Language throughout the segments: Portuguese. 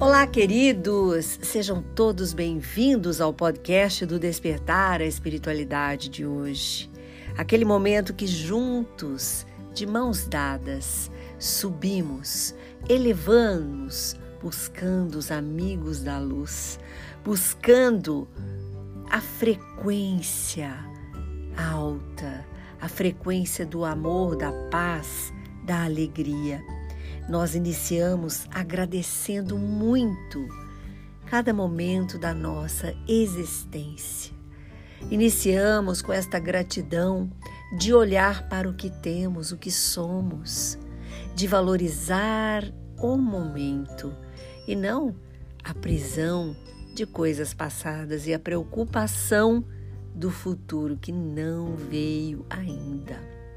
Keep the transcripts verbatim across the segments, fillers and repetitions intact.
Olá, queridos! Sejam todos bem-vindos ao podcast do Despertar a Espiritualidade de hoje. Aquele momento que juntos, de mãos dadas, subimos, elevamos, buscando os amigos da luz, buscando a frequência alta, a frequência do amor, da paz, da alegria. Nós iniciamos agradecendo muito cada momento da nossa existência. Iniciamos com esta gratidão de olhar para o que temos, o que somos, de valorizar o momento e não a prisão de coisas passadas e a preocupação do futuro que não veio ainda.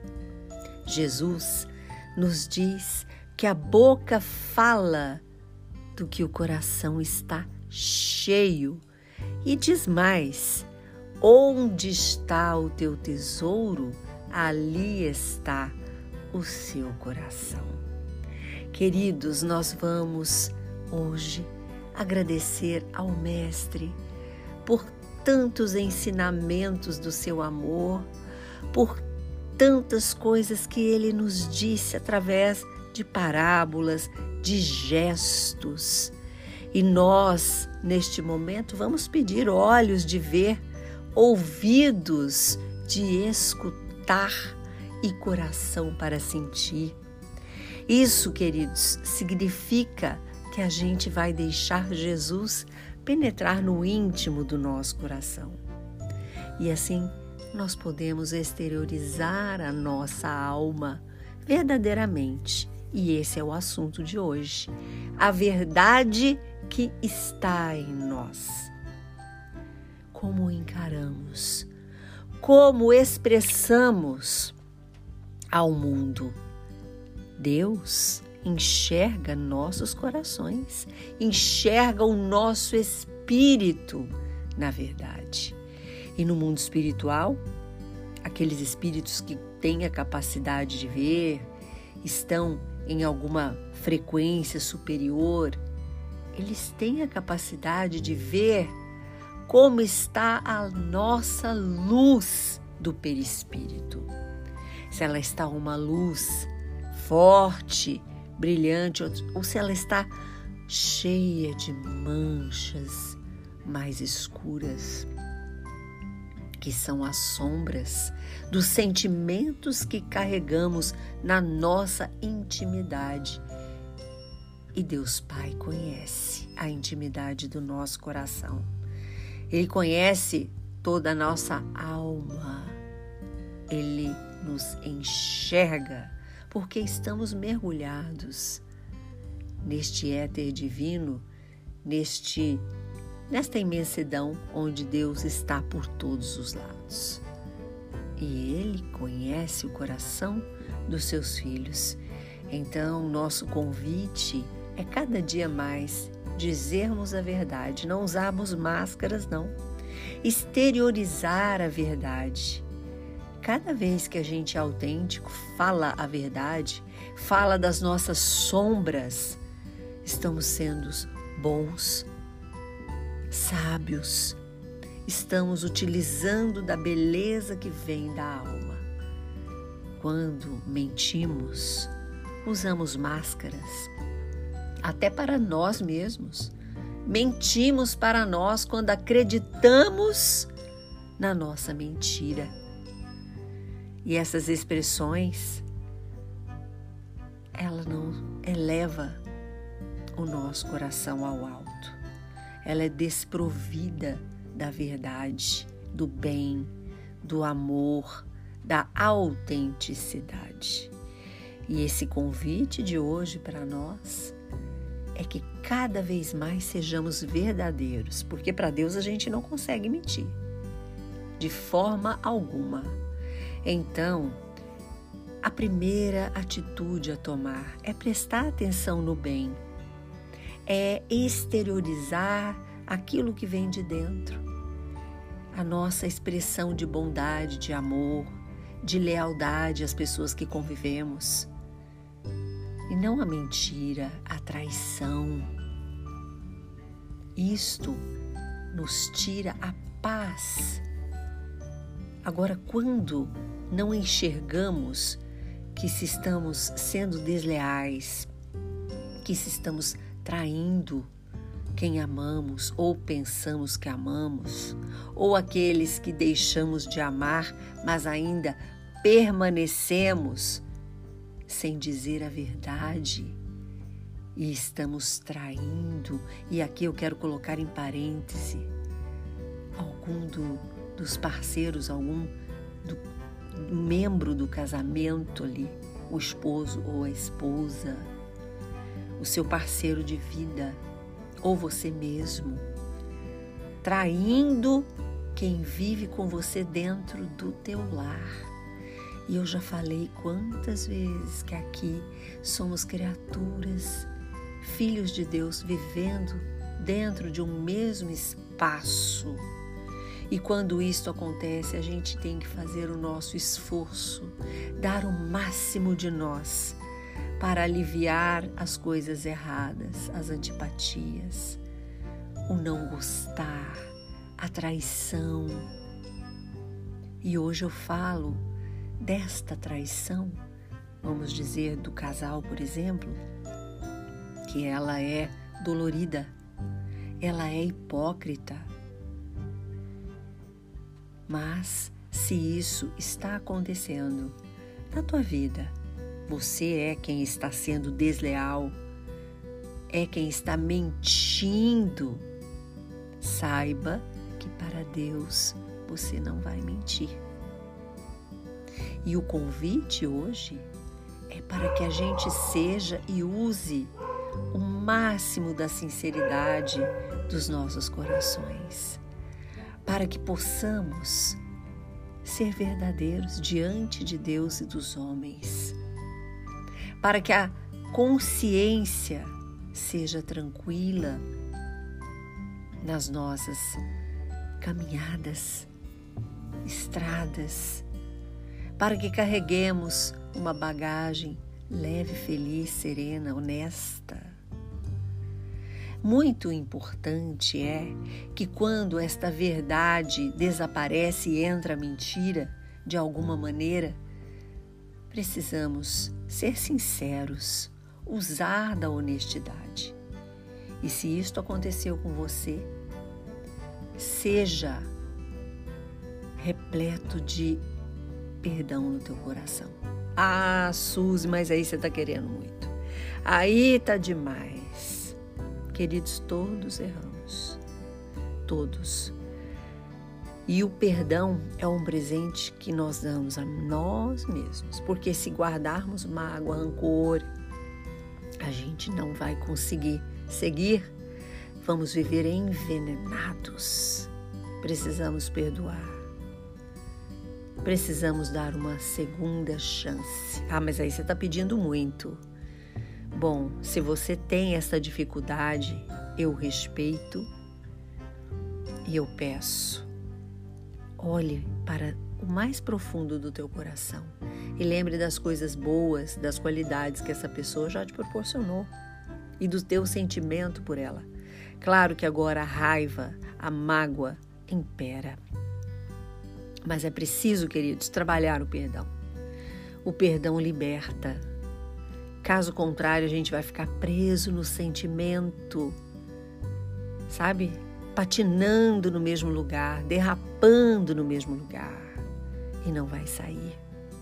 Jesus nos diz que a boca fala do que o coração está cheio. E diz mais: onde está o teu tesouro, ali está o seu coração. Queridos, nós vamos hoje agradecer ao Mestre por tantos ensinamentos do seu amor, por tantas coisas que ele nos disse através de parábolas, de gestos. E nós, neste momento, vamos pedir olhos de ver, ouvidos de escutar e coração para sentir. Isso, queridos, significa que a gente vai deixar Jesus penetrar no íntimo do nosso coração. E assim nós podemos exteriorizar a nossa alma verdadeiramente. E esse é o assunto de hoje, a verdade que está em nós. Como encaramos, como expressamos ao mundo. Deus enxerga nossos corações, enxerga o nosso espírito na verdade. E no mundo espiritual, aqueles espíritos que têm a capacidade de ver, estão em alguma frequência superior, eles têm a capacidade de ver como está a nossa luz do perispírito. Se ela está uma luz forte, brilhante, ou se ela está cheia de manchas mais escuras, que são as sombras dos sentimentos que carregamos na nossa intimidade. E Deus Pai conhece a intimidade do nosso coração. Ele conhece toda a nossa alma. Ele nos enxerga porque estamos mergulhados neste éter divino, neste nesta imensidão onde Deus está por todos os lados. E Ele conhece o coração dos seus filhos. Então, nosso convite é cada dia mais dizermos a verdade, não usarmos máscaras, não. Exteriorizar a verdade. Cada vez que a gente é autêntico, fala a verdade, fala das nossas sombras, estamos sendo bons, sábios, estamos utilizando da beleza que vem da alma. Quando mentimos, usamos máscaras, até para nós mesmos. Mentimos para nós quando acreditamos na nossa mentira. E essas expressões, ela não eleva o nosso coração ao alto. Ela é desprovida da verdade, do bem, do amor, da autenticidade. E esse convite de hoje para nós é que cada vez mais sejamos verdadeiros, porque para Deus a gente não consegue mentir, de forma alguma. Então, a primeira atitude a tomar é prestar atenção no bem, é exteriorizar aquilo que vem de dentro. A nossa expressão de bondade, de amor, de lealdade às pessoas que convivemos. E não a mentira, a traição, Isto nos tira a paz. Agora, quando não enxergamos que se estamos sendo desleais, que se estamos traindo quem amamos ou pensamos que amamos, ou aqueles que deixamos de amar, mas ainda permanecemos sem dizer a verdade e estamos traindo, e aqui eu quero colocar em parêntese algum do, dos parceiros, algum do, do membro do casamento ali, o esposo ou a esposa, o seu parceiro de vida, ou você mesmo, traindo quem vive com você dentro do teu lar. E eu já falei quantas vezes que aqui somos criaturas, filhos de Deus, vivendo dentro de um mesmo espaço. E quando isto acontece, a gente tem que fazer o nosso esforço, dar o máximo de nós para aliviar as coisas erradas, as antipatias, o não gostar, a traição. E hoje eu falo desta traição, vamos dizer, do casal, por exemplo, que ela é dolorida, ela é hipócrita. Mas se isso está acontecendo na tua vida, você é quem está sendo desleal, é quem está mentindo, saiba que para Deus você não vai mentir. E o convite hoje é para que a gente seja e use o máximo da sinceridade dos nossos corações, para que possamos ser verdadeiros diante de Deus e dos homens, para que a consciência seja tranquila nas nossas caminhadas, estradas, para que carreguemos uma bagagem leve, feliz, serena, honesta. Muito importante é que quando esta verdade desaparece e entra a mentira de alguma maneira, precisamos ser sinceros, usar da honestidade. E se isto aconteceu com você, seja repleto de perdão no teu coração. Ah, Suzy, mas aí você está querendo muito. Aí tá demais. Queridos, todos erramos. Todos. E o perdão é um presente que nós damos a nós mesmos. Porque se guardarmos mágoa, rancor, a gente não vai conseguir seguir. Vamos viver envenenados. Precisamos perdoar. Precisamos dar uma segunda chance. Ah, mas aí você está pedindo muito. Bom, se você tem essa dificuldade, eu respeito e eu peço. Olhe para o mais profundo do teu coração e lembre das coisas boas, das qualidades que essa pessoa já te proporcionou e do teu sentimento por ela. Claro que agora a raiva, a mágoa impera. Mas é preciso, queridos, trabalhar o perdão. O perdão liberta. Caso contrário, a gente vai ficar preso no sentimento, sabe? Patinando no mesmo lugar, derrapando no mesmo lugar. E não vai sair.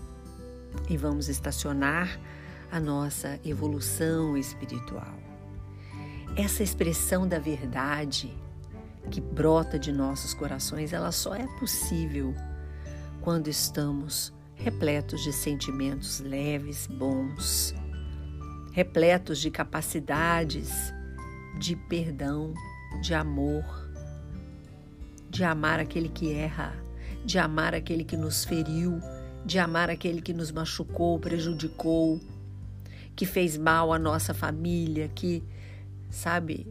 E vamos estacionar a nossa evolução espiritual. Essa expressão da verdade que brota de nossos corações, ela só é possível quando estamos repletos de sentimentos leves, bons, repletos de capacidades de perdão, de amor, de amar aquele que erra, de amar aquele que nos feriu, de amar aquele que nos machucou, prejudicou, que fez mal à nossa família, que, sabe,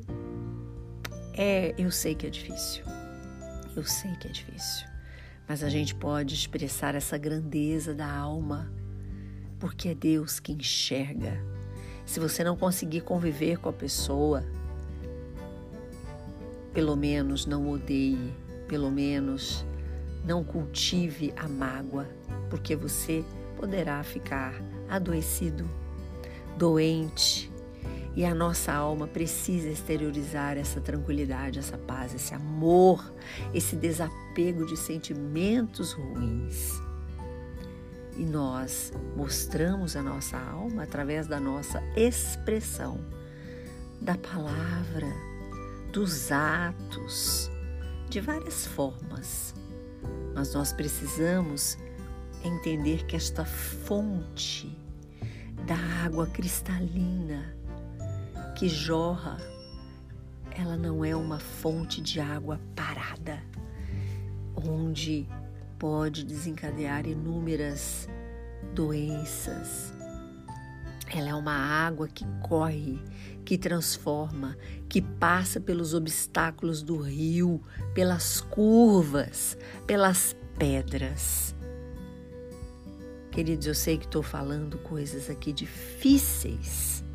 é, eu sei que é difícil, eu sei que é difícil, mas a gente pode expressar essa grandeza da alma, porque é Deus que enxerga. Se você não conseguir conviver com a pessoa, pelo menos não odeie, pelo menos não cultive a mágoa, porque você poderá ficar adoecido, doente, e a nossa alma precisa exteriorizar essa tranquilidade, essa paz, esse amor, esse desapego de sentimentos ruins. E nós mostramos a nossa alma através da nossa expressão, da palavra, dos atos, de várias formas. Mas nós precisamos entender que esta fonte da água cristalina que jorra, ela não é uma fonte de água parada, onde pode desencadear inúmeras doenças. Ela é uma água que corre, que transforma, que passa pelos obstáculos do rio, pelas curvas, pelas pedras. Queridos, eu sei que estou falando coisas aqui difíceis,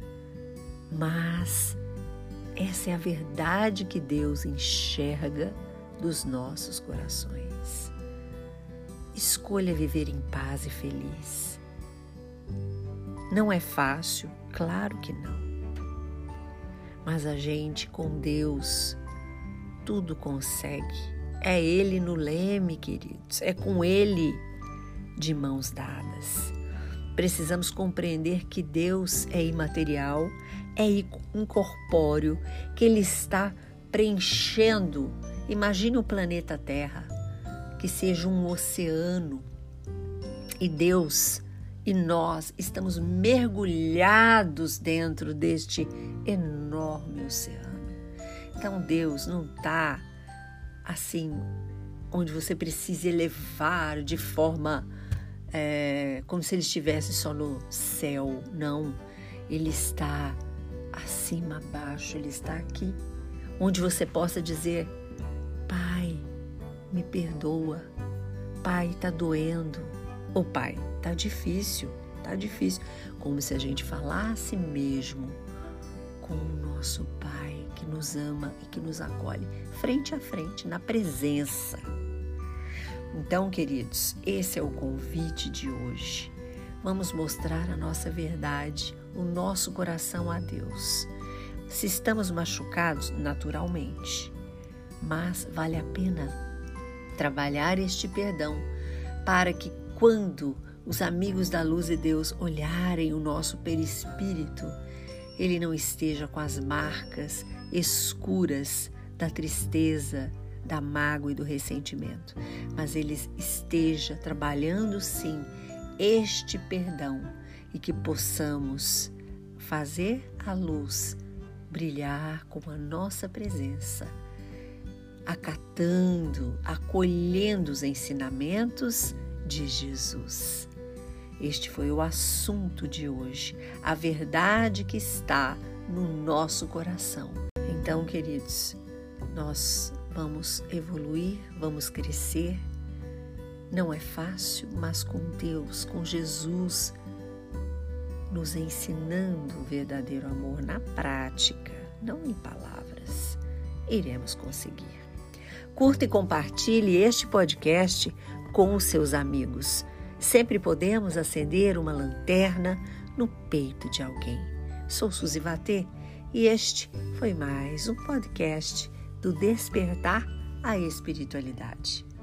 mas essa é a verdade que Deus enxerga dos nossos corações. Escolha viver em paz e feliz. Não é fácil, claro que não. Mas a gente com Deus tudo consegue. É Ele no leme, queridos. É com Ele de mãos dadas. Precisamos compreender que Deus é imaterial, é incorpóreo, que Ele está preenchendo. Imagine o planeta Terra, que seja um oceano, e Deus e nós estamos mergulhados dentro deste enorme oceano. Então Deus não está assim, onde você precisa elevar de forma é, como se Ele estivesse só no céu. Não, Ele está acima, abaixo, Ele está aqui, onde você possa dizer: Pai, me perdoa, Pai, está doendo, ou Pai, está difícil, está difícil, como se a gente falasse mesmo com o nosso Pai que nos ama e que nos acolhe, frente a frente, na presença. Então, queridos, esse é o convite de hoje. Vamos mostrar a nossa verdade, o nosso coração a Deus. Se estamos machucados, naturalmente, mas vale a pena trabalhar este perdão para que quando os amigos da luz de Deus olharem o nosso perispírito, ele não esteja com as marcas escuras da tristeza, da mágoa e do ressentimento, mas ele esteja trabalhando sim este perdão e que possamos fazer a luz brilhar com a nossa presença, acatando, acolhendo os ensinamentos de Jesus. Este foi o assunto de hoje, a verdade que está no nosso coração. Então, queridos, nós vamos evoluir, vamos crescer. Não é fácil, mas com Deus, com Jesus, nos ensinando o verdadeiro amor na prática, não em palavras, iremos conseguir. Curta e compartilhe este podcast com os seus amigos. Sempre podemos acender uma lanterna no peito de alguém. Sou Suzy Vatê e este foi mais um podcast do Despertar a Espiritualidade.